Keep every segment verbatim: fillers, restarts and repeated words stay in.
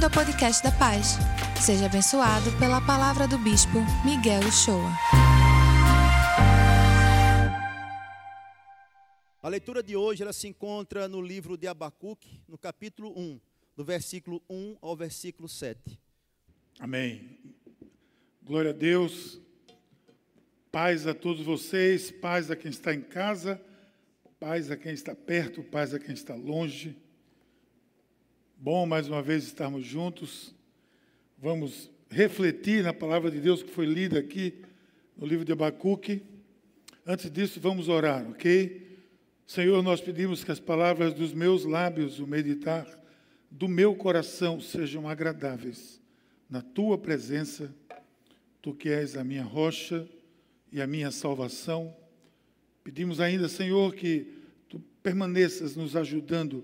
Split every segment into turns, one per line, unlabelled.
ao podcast da Paz. Seja abençoado pela palavra do Bispo Miguel Uchoa.
A leitura de hoje ela se encontra no livro de Abacuque, no capítulo um, do versículo um ao versículo sete.
Amém. Glória a Deus. Paz a todos vocês, paz a quem está em casa, paz a quem está perto, paz a quem está longe. Bom, mais uma vez, estarmos juntos. Vamos refletir na palavra de Deus que foi lida aqui no livro de Abacuque. Antes disso, vamos orar, ok? Senhor, nós pedimos que as palavras dos meus lábios, o meditar do meu coração sejam agradáveis na Tua presença, Tu que és a minha rocha e a minha salvação. Pedimos ainda, Senhor, que Tu permaneças nos ajudando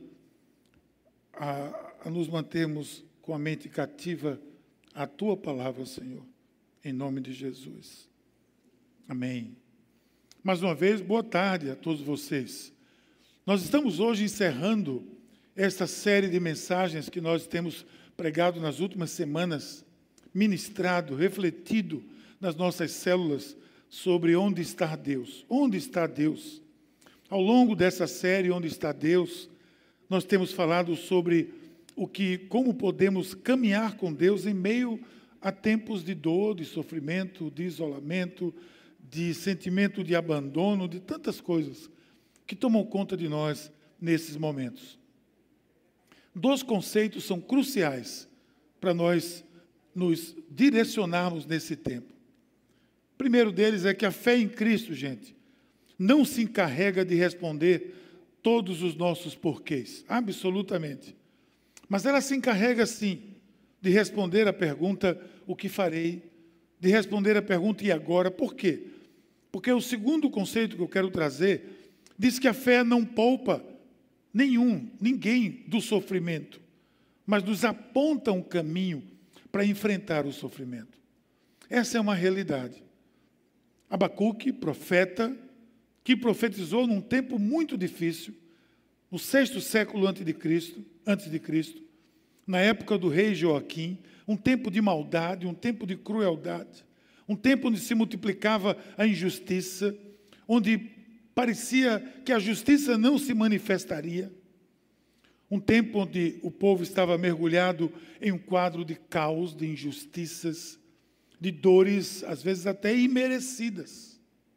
a, a nos mantermos com a mente cativa à Tua palavra, Senhor, em nome de Jesus. Amém. Mais uma vez, boa tarde a todos vocês. Nós estamos hoje encerrando esta série de mensagens que nós temos pregado nas últimas semanas, ministrado, refletido nas nossas células sobre onde está Deus. Onde está Deus? Ao longo dessa série, Onde está Deus, nós temos falado sobre o que, como podemos caminhar com Deus em meio a tempos de dor, de sofrimento, de isolamento, de sentimento de abandono, de tantas coisas que tomam conta de nós nesses momentos. Dois conceitos são cruciais para nós nos direcionarmos nesse tempo. O primeiro deles é que a fé em Cristo, gente, não se encarrega de responder todos os nossos porquês, absolutamente. Mas ela se encarrega, sim, de responder a pergunta, o que farei? De responder a pergunta, e agora? Por quê? Porque o segundo conceito que eu quero trazer diz que a fé não poupa nenhum, ninguém do sofrimento, mas nos aponta um caminho para enfrentar o sofrimento. Essa é uma realidade. Abacuque, profeta, que profetizou num tempo muito difícil, no sexto século antes de Cristo, antes de Cristo, na época do rei Joaquim, um tempo de maldade, um tempo de crueldade, um tempo onde se multiplicava a injustiça, onde parecia que a justiça não se manifestaria, um tempo onde o povo estava mergulhado em um quadro de caos, de injustiças, de dores, às vezes até imerecidas.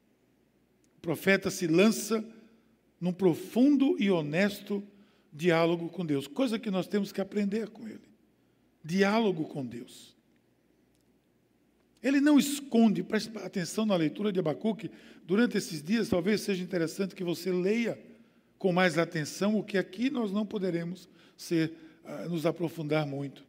O profeta se lança num profundo e honesto diálogo com Deus, coisa que nós temos que aprender com ele. Diálogo com Deus. Ele não esconde, preste atenção na leitura de Abacuque, durante esses dias talvez seja interessante que você leia com mais atenção o que aqui nós não poderemos ser, uh, nos aprofundar muito.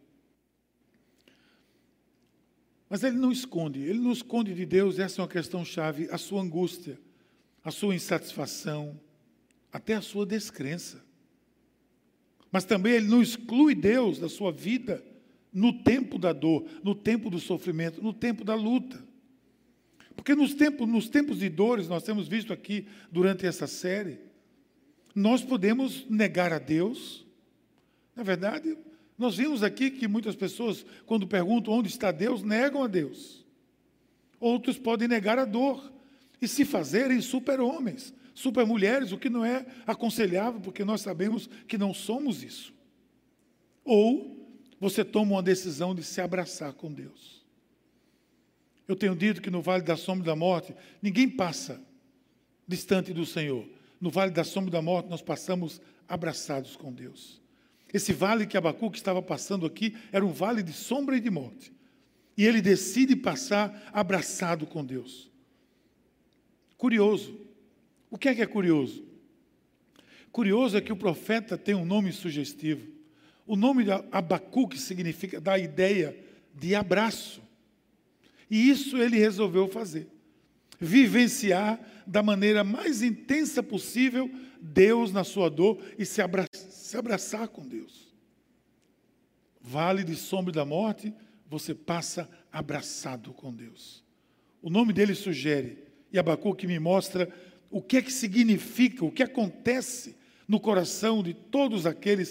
Mas ele não esconde, ele não esconde de Deus, essa é uma questão chave, a sua angústia, a sua insatisfação, até a sua descrença. Mas também ele não exclui Deus da sua vida no tempo da dor, no tempo do sofrimento, no tempo da luta. Porque nos tempos, nos tempos de dores, nós temos visto aqui durante essa série, nós podemos negar a Deus. Na verdade, nós vimos aqui que muitas pessoas, quando perguntam onde está Deus, negam a Deus. Outros podem negar a dor e se fazerem super-homens, super-mulheres, o que não é aconselhável, porque nós sabemos que não somos isso. Ou você toma uma decisão de se abraçar com Deus. Eu tenho dito que no Vale da Sombra e da Morte, ninguém passa distante do Senhor. No Vale da Sombra e da Morte, nós passamos abraçados com Deus. Esse vale que Abacuque estava passando aqui, era um vale de sombra e de morte. E ele decide passar abraçado com Deus. Curioso. O que é que é curioso? Curioso é que o profeta tem um nome sugestivo. O nome de Abacuque significa, dá a ideia de abraço. E isso ele resolveu fazer. Vivenciar da maneira mais intensa possível Deus na sua dor e se abraçar, se abraçar com Deus. Vale de sombra da morte, você passa abraçado com Deus. O nome dele sugere, e Abacuque me mostra o que é que significa, o que acontece no coração de todos aqueles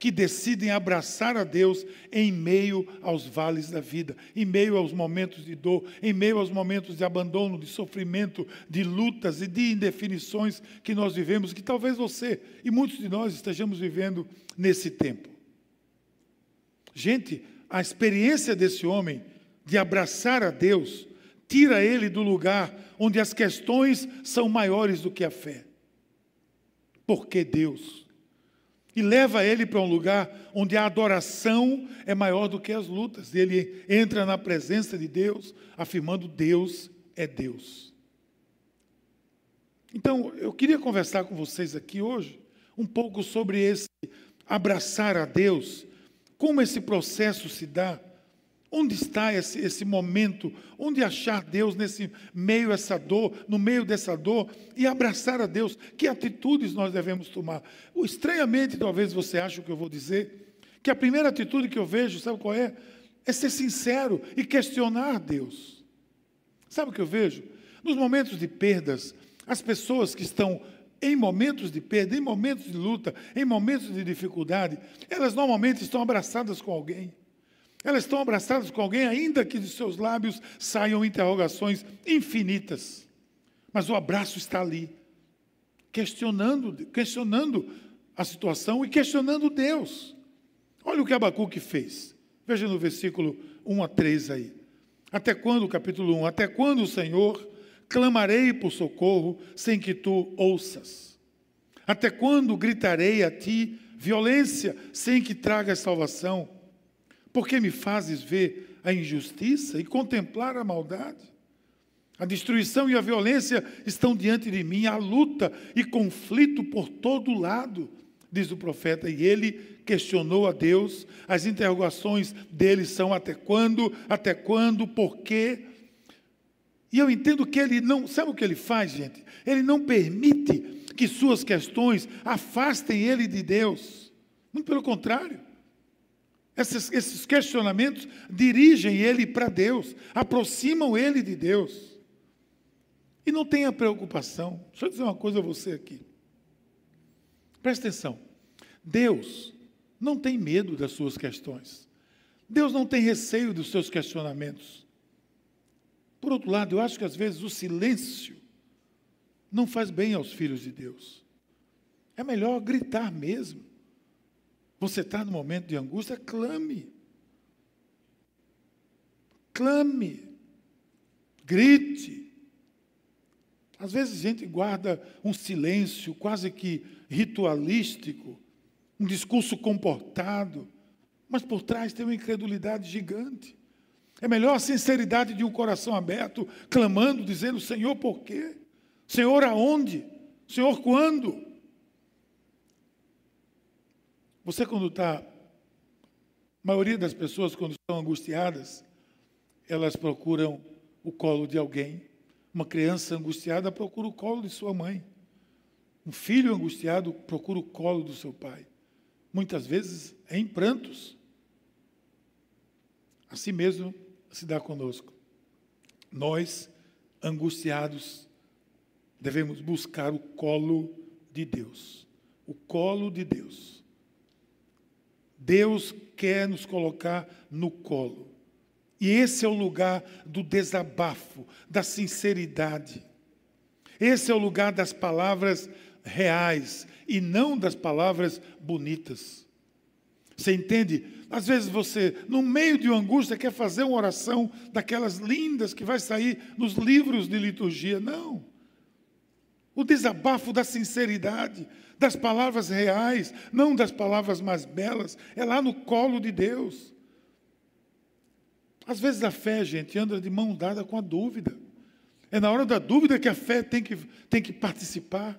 que decidem abraçar a Deus em meio aos vales da vida, em meio aos momentos de dor, em meio aos momentos de abandono, de sofrimento, de lutas e de indefinições que nós vivemos, que talvez você e muitos de nós estejamos vivendo nesse tempo. Gente, a experiência desse homem de abraçar a Deus tira ele do lugar onde as questões são maiores do que a fé. Por que Deus? E leva ele para um lugar onde a adoração é maior do que as lutas. Ele entra na presença de Deus, afirmando: Deus é Deus. Então, eu queria conversar com vocês aqui hoje um pouco sobre esse abraçar a Deus, como esse processo se dá, onde está esse, esse momento, onde achar Deus nesse meio essa dor, no meio dessa dor, e abraçar a Deus. Que atitudes nós devemos tomar? Estranhamente, talvez você ache o que eu vou dizer, que a primeira atitude que eu vejo, sabe qual é? É ser sincero e questionar Deus. Sabe o que eu vejo? Nos momentos de perdas, as pessoas que estão em momentos de perda, em momentos de luta, em momentos de dificuldade, elas normalmente estão abraçadas com alguém. Elas estão abraçadas com alguém, ainda que de seus lábios saiam interrogações infinitas. Mas o abraço está ali, questionando, questionando a situação e questionando Deus. Olha o que Abacuque fez. Veja no versículo um a três aí. Até quando, capítulo um, até quando, Senhor, clamarei por socorro sem que tu ouças? Até quando gritarei a ti violência sem que tragas salvação? Porque me fazes ver a injustiça e contemplar a maldade? A destruição e a violência estão diante de mim, há luta e conflito por todo lado, diz o profeta. E ele questionou a Deus, as interrogações dele são: até quando, até quando, por quê? E eu entendo que ele não, sabe o que ele faz, gente? Ele não permite que suas questões afastem ele de Deus. Muito pelo contrário. Esses, esses questionamentos dirigem ele para Deus, aproximam ele de Deus. E não tenha preocupação. Deixa eu dizer uma coisa a você aqui. Presta atenção. Deus não tem medo das suas questões. Deus não tem receio dos seus questionamentos. Por outro lado, eu acho que às vezes o silêncio não faz bem aos filhos de Deus. É melhor gritar mesmo. Você está no momento de angústia, clame. Clame. Grite. Às vezes a gente guarda um silêncio quase que ritualístico, um discurso comportado, mas por trás tem uma incredulidade gigante. É melhor a sinceridade de um coração aberto, clamando, dizendo: Senhor, por quê? Senhor, aonde? Senhor, quando? Você, quando está... A maioria das pessoas, quando estão angustiadas, elas procuram o colo de alguém. Uma criança angustiada procura o colo de sua mãe. Um filho angustiado procura o colo do seu pai. Muitas vezes é em prantos. Assim mesmo se dá conosco. Nós, angustiados, devemos buscar o colo de Deus. O colo de Deus. Deus quer nos colocar no colo. E esse é o lugar do desabafo, da sinceridade. Esse é o lugar das palavras reais e não das palavras bonitas. Você entende? Às vezes você, no meio de uma angústia, quer fazer uma oração daquelas lindas que vai sair nos livros de liturgia. Não. O desabafo da sinceridade, das palavras reais, não das palavras mais belas, é lá no colo de Deus. Às vezes a fé, gente, anda de mão dada com a dúvida. É na hora da dúvida que a fé tem que, tem que participar.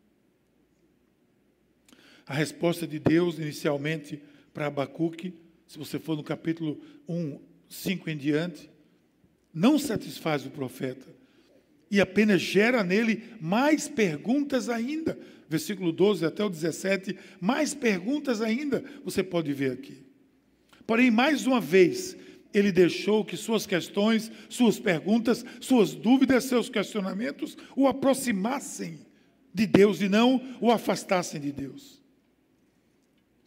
A resposta de Deus, inicialmente, para Abacuque, se você for no capítulo um, cinco em diante, não satisfaz o profeta e apenas gera nele mais perguntas ainda. Versículo doze até o dezessete, mais perguntas ainda, você pode ver aqui. Porém, mais uma vez, ele deixou que suas questões, suas perguntas, suas dúvidas, seus questionamentos o aproximassem de Deus e não o afastassem de Deus.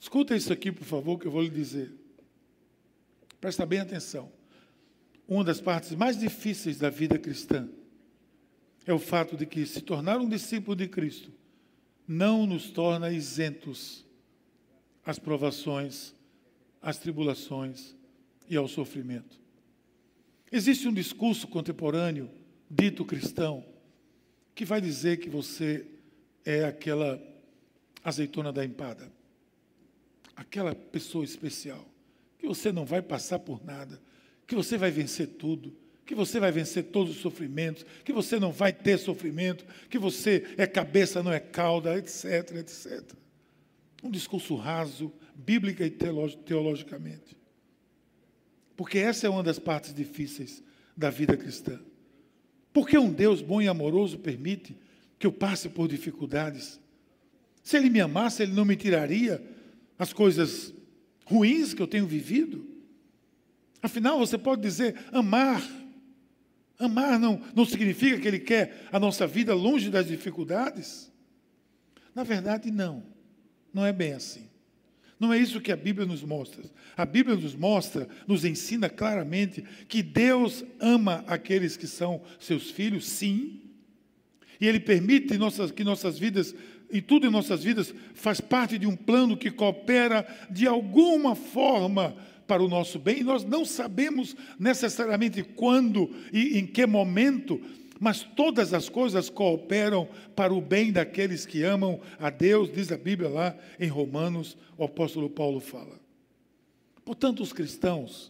Escuta isso aqui, por favor, que eu vou lhe dizer. Presta bem atenção. Uma das partes mais difíceis da vida cristã é o fato de que se tornar um discípulo de Cristo não nos torna isentos às provações, às tribulações e ao sofrimento. Existe um discurso contemporâneo, dito cristão, que vai dizer que você é aquela azeitona da empada, aquela pessoa especial, que você não vai passar por nada, que você vai vencer tudo, que você vai vencer todos os sofrimentos, que você não vai ter sofrimento, que você é cabeça, não é cauda, etc, etcétera. Um discurso raso, bíblica e teologicamente. Porque essa é uma das partes difíceis da vida cristã. Porque um Deus bom e amoroso permite que eu passe por dificuldades. Se Ele me amasse, Ele não me tiraria as coisas ruins que eu tenho vivido. Afinal, você pode dizer amar. Amar não, não significa que Ele quer a nossa vida longe das dificuldades. Na verdade, não. Não é bem assim. Não é isso que a Bíblia nos mostra. A Bíblia nos mostra, nos ensina claramente que Deus ama aqueles que são seus filhos, sim. E Ele permite nossas, que nossas vidas, e tudo em nossas vidas, faz parte de um plano que coopera de alguma forma para o nosso bem. E nós não sabemos necessariamente quando e em que momento, mas todas as coisas cooperam para o bem daqueles que amam a Deus, diz a Bíblia lá em Romanos, o apóstolo Paulo fala. Portanto, os cristãos,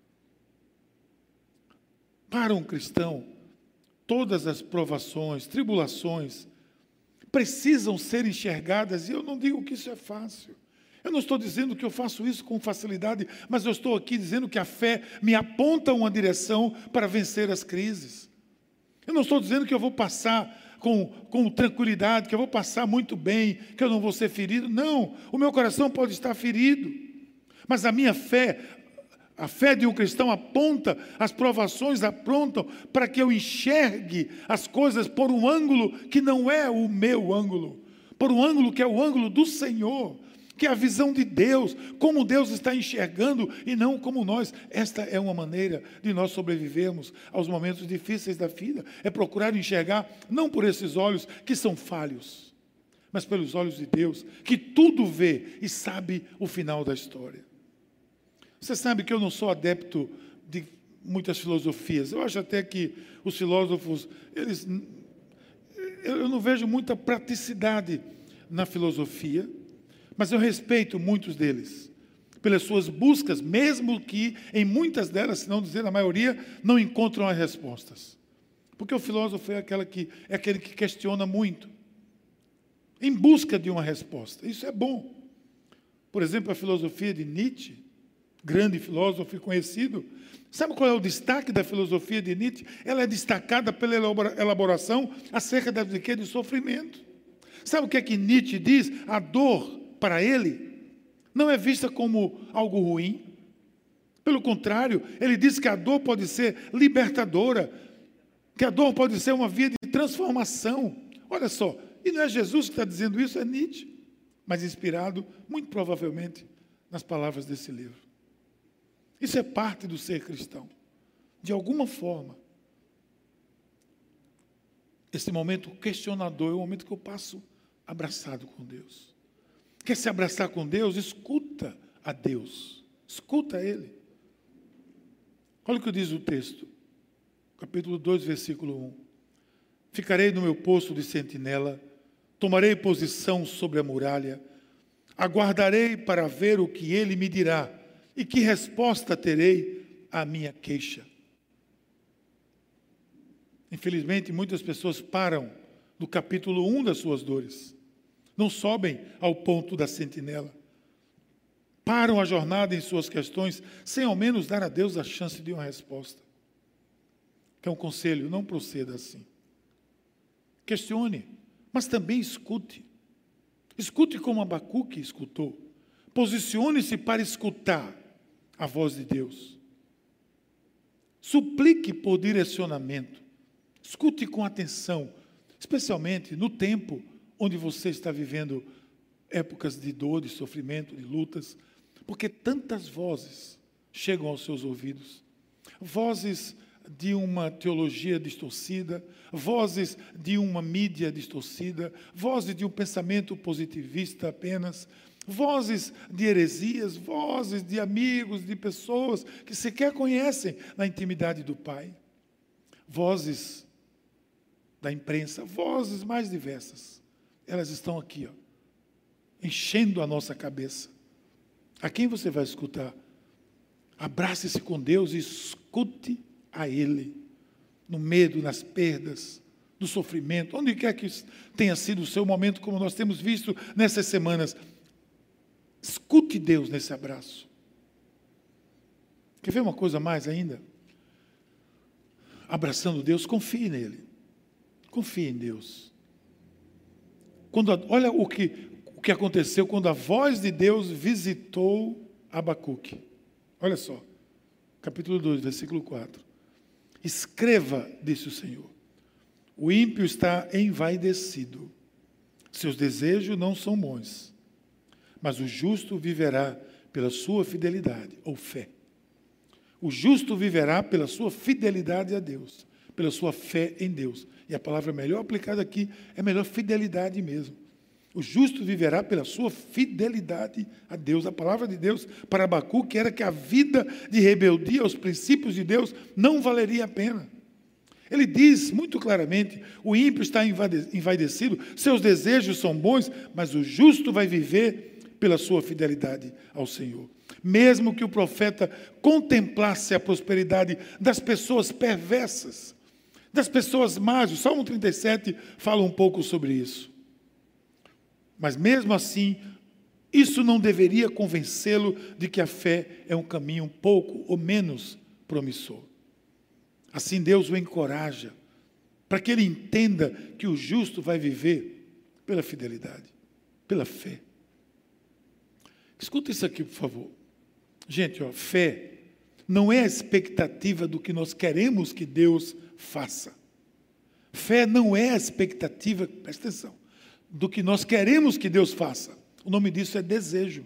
para um cristão, todas as provações, tribulações, precisam ser enxergadas, e eu não digo que isso é fácil. Eu não estou dizendo que eu faço isso com facilidade, mas eu estou aqui dizendo que a fé me aponta uma direção para vencer as crises. Eu não estou dizendo que eu vou passar com, com tranquilidade, que eu vou passar muito bem, que eu não vou ser ferido. Não, o meu coração pode estar ferido. Mas a minha fé, a fé de um cristão aponta, as provações apontam para que eu enxergue as coisas por um ângulo que não é o meu ângulo, por um ângulo que é o ângulo do Senhor, que é a visão de Deus, como Deus está enxergando e não como nós. Esta é uma maneira de nós sobrevivermos aos momentos difíceis da vida, é procurar enxergar não por esses olhos que são falhos, mas pelos olhos de Deus, que tudo vê e sabe o final da história. Você sabe que eu não sou adepto de muitas filosofias. Eu acho até que os filósofos, eles, eu não vejo muita praticidade na filosofia, mas eu respeito muitos deles, pelas suas buscas, mesmo que em muitas delas, se não dizer na maioria, não encontram as respostas. Porque o filósofo é, aquela que, é aquele que questiona muito, em busca de uma resposta. Isso é bom. Por exemplo, a filosofia de Nietzsche, grande filósofo e conhecido. Sabe qual é o destaque da filosofia de Nietzsche? Ela é destacada pela elaboração acerca da de, de sofrimento. Sabe o que é que Nietzsche diz? A dor, para ele, não é vista como algo ruim. Pelo contrário, ele diz que a dor pode ser libertadora, que a dor pode ser uma via de transformação. Olha só, e não é Jesus que está dizendo isso, é Nietzsche, mas inspirado, muito provavelmente, nas palavras desse livro. Isso é parte do ser cristão. De alguma forma, esse momento questionador é o momento que eu passo abraçado com Deus. Quer se abraçar com Deus? Escuta a Deus. Escuta a Ele. Olha o que diz o texto. Capítulo dois, versículo um. Ficarei no meu posto de sentinela, tomarei posição sobre a muralha, aguardarei para ver o que Ele me dirá e que resposta terei à minha queixa. Infelizmente, muitas pessoas param no capítulo um das suas dores. Não sobem ao ponto da sentinela. Param a jornada em suas questões, sem ao menos dar a Deus a chance de uma resposta. Que é um conselho, não proceda assim. Questione, mas também escute. Escute como Abacuque escutou. Posicione-se para escutar a voz de Deus. Suplique por direcionamento. Escute com atenção, especialmente no tempo onde você está vivendo épocas de dor, de sofrimento, de lutas, porque tantas vozes chegam aos seus ouvidos. Vozes de uma teologia distorcida, vozes de uma mídia distorcida, vozes de um pensamento positivista apenas, vozes de heresias, vozes de amigos, de pessoas que sequer conhecem na intimidade do Pai, vozes da imprensa, vozes mais diversas. Elas estão aqui, ó, enchendo a nossa cabeça. A quem você vai escutar? Abrace-se com Deus e escute a Ele, no medo, nas perdas, no sofrimento, onde quer que tenha sido o seu momento, como nós temos visto nessas semanas. Escute Deus nesse abraço. Quer ver uma coisa mais ainda? Abraçando Deus, confie nele. Confie em Deus. Quando, olha o que, o que aconteceu quando a voz de Deus visitou Abacuque. Olha só, capítulo dois, versículo quatro. Escreva, disse o Senhor, o ímpio está envaidecido, seus desejos não são bons, mas o justo viverá pela sua fidelidade, ou fé. O justo viverá pela sua fidelidade a Deus, pela sua fé em Deus. E a palavra melhor aplicada aqui é melhor fidelidade mesmo. O justo viverá pela sua fidelidade a Deus. A palavra de Deus para Abacuque era que a vida de rebeldia aos princípios de Deus não valeria a pena. Ele diz muito claramente, o ímpio está envaidecido, seus desejos são bons, mas o justo vai viver pela sua fidelidade ao Senhor. Mesmo que o profeta contemplasse a prosperidade das pessoas perversas, das pessoas más, o Salmo trinta e sete fala um pouco sobre isso. Mas mesmo assim, isso não deveria convencê-lo de que a fé é um caminho um pouco ou menos promissor. Assim Deus o encoraja, para que ele entenda que o justo vai viver pela fidelidade, pela fé. Escuta isso aqui, por favor. Gente, ó, fé não é a expectativa do que nós queremos que Deus faça. Fé não é a expectativa, presta atenção, do que nós queremos que Deus faça. O nome disso é desejo.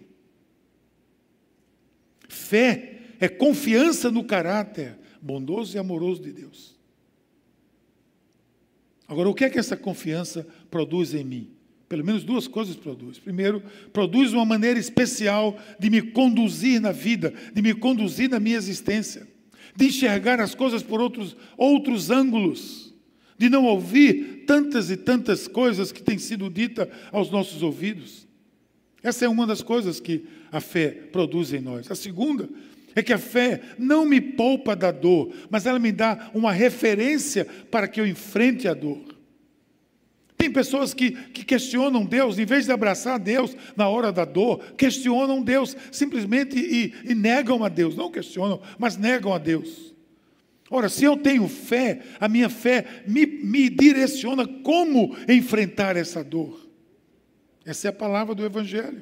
Fé é confiança no caráter bondoso e amoroso de Deus. Agora, o que é que essa confiança produz em mim? Pelo menos duas coisas produz. Primeiro, produz uma maneira especial de me conduzir na vida, de me conduzir na minha existência, de enxergar as coisas por outros, outros ângulos, de não ouvir tantas e tantas coisas que têm sido ditas aos nossos ouvidos. Essa é uma das coisas que a fé produz em nós. A segunda é que a fé não me poupa da dor, mas ela me dá uma referência para que eu enfrente a dor. Tem pessoas que, que questionam Deus, em vez de abraçar Deus na hora da dor, questionam Deus simplesmente e, e negam a Deus. Não questionam, mas negam a Deus. Ora, se eu tenho fé, a minha fé me, me direciona como enfrentar essa dor. Essa é a palavra do Evangelho.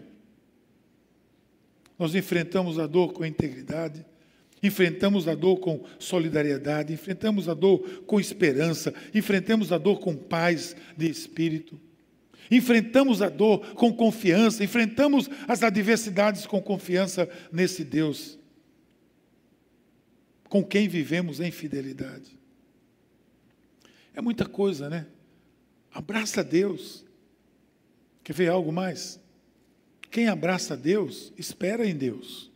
Nós enfrentamos a dor com integridade, enfrentamos a dor com solidariedade, enfrentamos a dor com esperança, enfrentamos a dor com paz de espírito, enfrentamos a dor com confiança, enfrentamos as adversidades com confiança nesse Deus, com quem vivemos em fidelidade. É muita coisa, né? Abraça Deus. Quer ver algo mais? Quem abraça Deus, espera em Deus.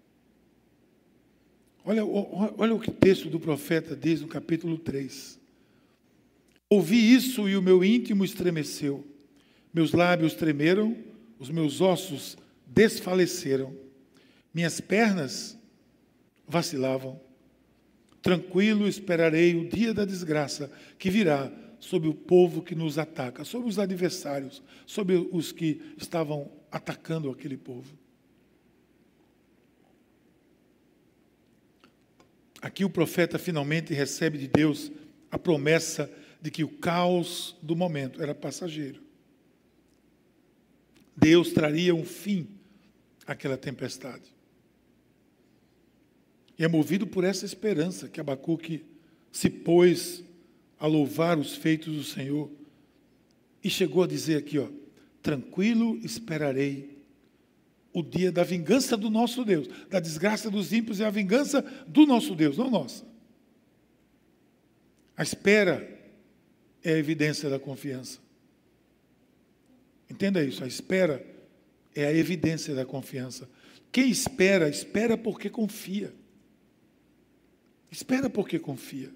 Olha, olha o que o texto do profeta diz no capítulo três. Ouvi isso e o meu íntimo estremeceu. Meus lábios tremeram, os meus ossos desfaleceram. Minhas pernas vacilavam. Tranquilo esperarei o dia da desgraça que virá sobre o povo que nos ataca, sobre os adversários, sobre os que estavam atacando aquele povo. Aqui o profeta finalmente recebe de Deus a promessa de que o caos do momento era passageiro. Deus traria um fim àquela tempestade. E é movido por essa esperança que Abacuque se pôs a louvar os feitos do Senhor e chegou a dizer aqui, ó, tranquilo esperarei o dia da vingança do nosso Deus, da desgraça dos ímpios e a vingança do nosso Deus, não nossa. A espera é a evidência da confiança. Entenda isso, a espera é a evidência da confiança. Quem espera, espera porque confia. Espera porque confia.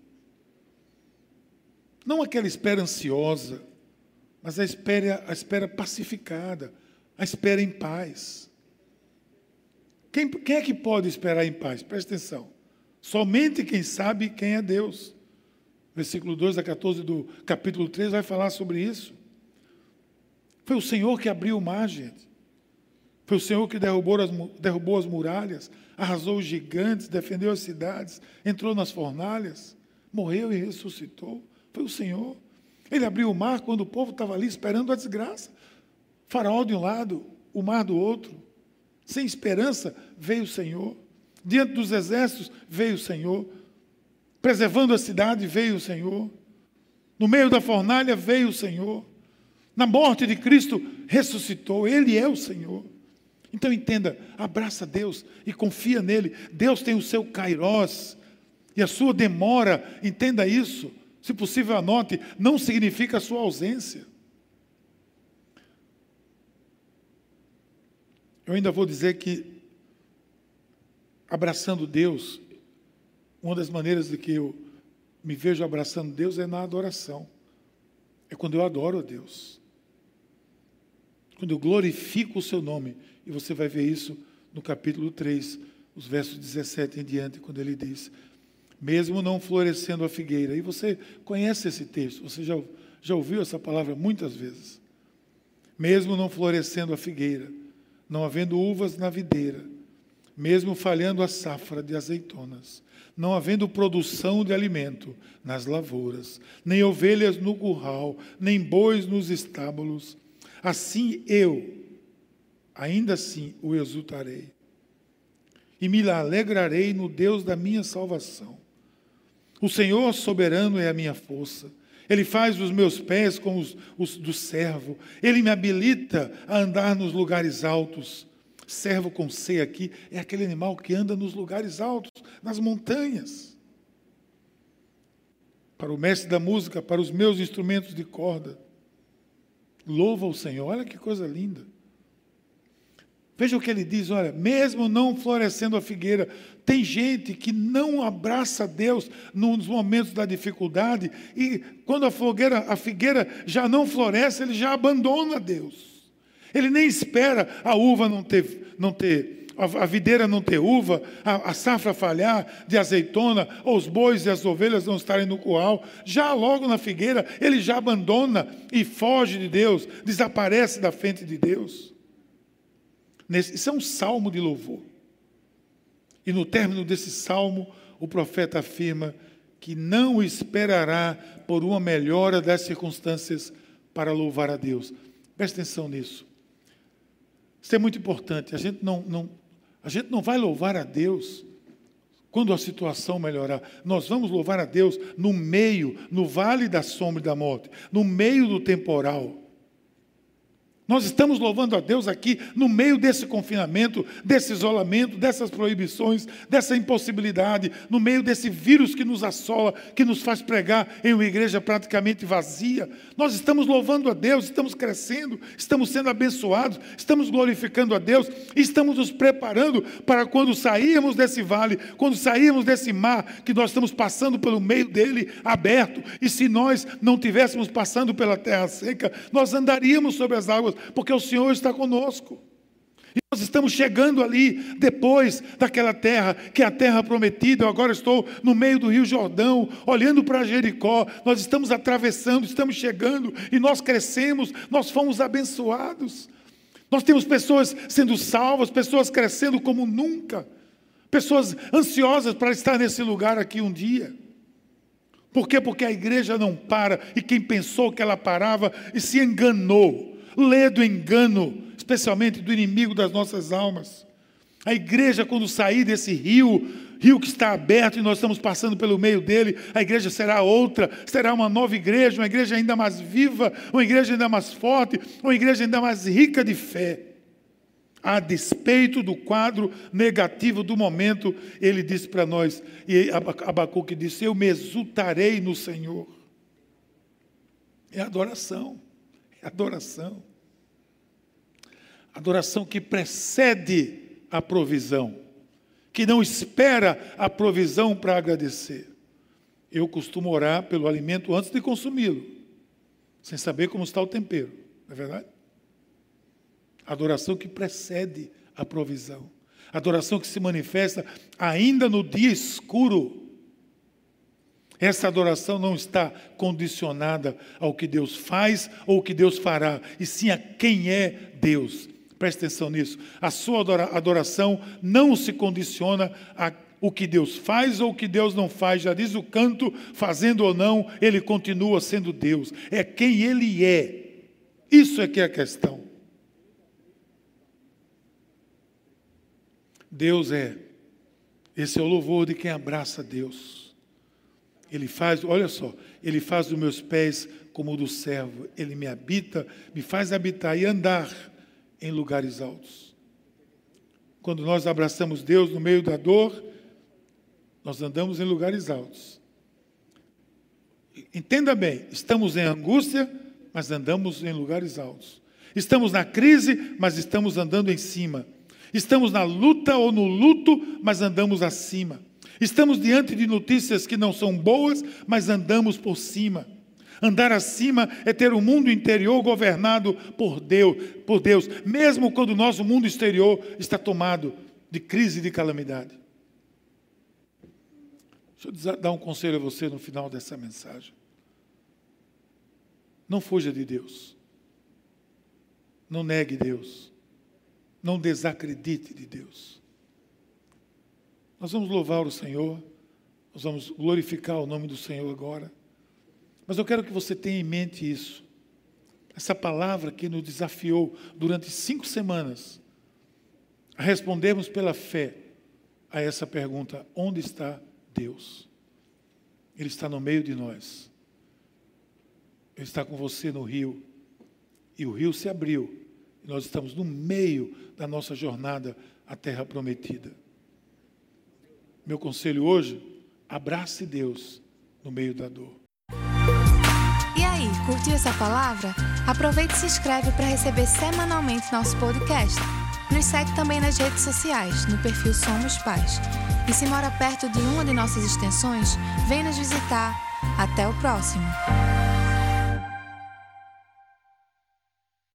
Não aquela espera ansiosa, mas a espera, a espera pacificada, a espera em paz. Quem, quem é que pode esperar em paz? Presta atenção. Somente quem sabe quem é Deus. Versículo dois a quatorze do capítulo três vai falar sobre isso. Foi o Senhor que abriu o mar, gente. Foi o Senhor que derrubou as, derrubou as muralhas, arrasou os gigantes, defendeu as cidades, entrou nas fornalhas, morreu e ressuscitou. Foi o Senhor. Ele abriu o mar quando o povo estava ali esperando a desgraça. Faraó de um lado, o mar do outro. Sem esperança, veio o Senhor. Diante dos exércitos, veio o Senhor. Preservando a cidade, veio o Senhor. No meio da fornalha, veio o Senhor. Na morte de Cristo, ressuscitou. Ele é o Senhor. Então entenda, abraça Deus e confia nele. Deus tem o seu kairós. E a sua demora, entenda isso. Se possível, anote, não significa a sua ausência. Eu ainda vou dizer que, abraçando Deus, uma das maneiras de que eu me vejo abraçando Deus é na adoração. É quando eu adoro a Deus. Quando eu glorifico o seu nome. E você vai ver isso no capítulo três, os versos dezessete em diante, quando ele diz: mesmo não florescendo a figueira. E você conhece esse texto, você já, já ouviu essa palavra muitas vezes. Mesmo não florescendo a figueira, não havendo uvas na videira, mesmo falhando a safra de azeitonas, não havendo produção de alimento nas lavouras, nem ovelhas no curral, nem bois nos estábulos, assim eu, ainda assim, o exultarei. E me alegrarei no Deus da minha salvação. O Senhor soberano é a minha força. Ele faz os meus pés como os, os do servo. Ele me habilita a andar nos lugares altos. Servo com C aqui é aquele animal que anda nos lugares altos, nas montanhas. Para o mestre da música, para os meus instrumentos de corda. Louva o Senhor. Olha que coisa linda. Veja o que ele diz, olha, mesmo não florescendo a figueira, tem gente que não abraça Deus nos momentos da dificuldade e quando a, fogueira, a figueira já não floresce, ele já abandona Deus. Ele nem espera a uva não ter, não ter a, a videira não ter uva, a, a safra falhar de azeitona, ou os bois e as ovelhas não estarem no curral. Já logo na figueira, ele já abandona e foge de Deus, desaparece da frente de Deus. Isso é um salmo de louvor. E no término desse salmo, o profeta afirma que não esperará por uma melhora das circunstâncias para louvar a Deus. Presta atenção nisso. Isso é muito importante. A gente não, não, a gente não vai louvar a Deus quando a situação melhorar. Nós vamos louvar a Deus no meio, no vale da sombra e da morte, no meio do temporal. Nós estamos louvando a Deus aqui no meio desse confinamento, desse isolamento, dessas proibições, dessa impossibilidade, no meio desse vírus que nos assola, que nos faz pregar em uma igreja praticamente vazia. Nós estamos louvando a Deus, estamos crescendo, estamos sendo abençoados, estamos glorificando a Deus e estamos nos preparando para quando sairmos desse vale, quando sairmos desse mar, que nós estamos passando pelo meio dele aberto. E se nós não estivéssemos passando pela terra seca, nós andaríamos sobre as águas, porque o Senhor está conosco. E nós estamos chegando ali, depois daquela terra, que é a terra prometida. Eu agora estou no meio do Rio Jordão, olhando para Jericó. Nós estamos atravessando, estamos chegando, e nós crescemos, nós fomos abençoados. Nós temos pessoas sendo salvas, pessoas crescendo como nunca, pessoas ansiosas para estar nesse lugar aqui um dia. Por quê? Porque a igreja não para, e quem pensou que ela parava e se enganou. Lê do engano, especialmente do inimigo das nossas almas. A igreja, quando sair desse rio, rio que está aberto e nós estamos passando pelo meio dele, a igreja será outra, será uma nova igreja, uma igreja ainda mais viva, uma igreja ainda mais forte, uma igreja ainda mais rica de fé. A despeito do quadro negativo do momento, ele disse para nós, e Abacuque disse, eu me exultarei no Senhor. É adoração, é adoração. Adoração que precede a provisão, que não espera a provisão para agradecer. Eu costumo orar pelo alimento antes de consumi-lo, sem saber como está o tempero, não é verdade? Adoração que precede a provisão. Adoração que se manifesta ainda no dia escuro. Essa adoração não está condicionada ao que Deus faz ou o que Deus fará, e sim a quem é Deus. Preste atenção nisso. A sua adoração não se condiciona a o que Deus faz ou o que Deus não faz. Já diz o canto, fazendo ou não, Ele continua sendo Deus. É quem Ele é. Isso é que é a questão. Deus é. Esse é o louvor de quem abraça Deus. Ele faz, olha só, Ele faz dos meus pés como o do servo. Ele me habita, me faz habitar e andar em lugares altos. Quando nós abraçamos Deus no meio da dor, nós andamos em lugares altos. Entenda bem, estamos em angústia, mas andamos em lugares altos. Estamos na crise, mas estamos andando em cima. Estamos na luta ou no luto, mas andamos acima. Estamos diante de notícias que não são boas, mas andamos por cima. Andar acima é ter o mundo interior governado por Deus, por Deus, mesmo quando o nosso mundo exterior está tomado de crise e de calamidade. Deixa eu dar um conselho a você no final dessa mensagem. Não fuja de Deus. Não negue Deus. Não desacredite de Deus. Nós vamos louvar o Senhor, nós vamos glorificar o nome do Senhor agora. Mas eu quero que você tenha em mente isso. Essa palavra que nos desafiou durante cinco semanas a respondermos pela fé a essa pergunta: onde está Deus? Ele está no meio de nós. Ele está com você no rio. E o rio se abriu. E nós estamos no meio da nossa jornada à terra prometida. Meu conselho hoje: abrace Deus no meio da dor.
E aí, curtiu essa palavra? Aproveite e se inscreve para receber semanalmente nosso podcast. Nos segue também nas redes sociais, no perfil Somos Pais. E se mora perto de uma de nossas extensões, vem nos visitar. Até o próximo!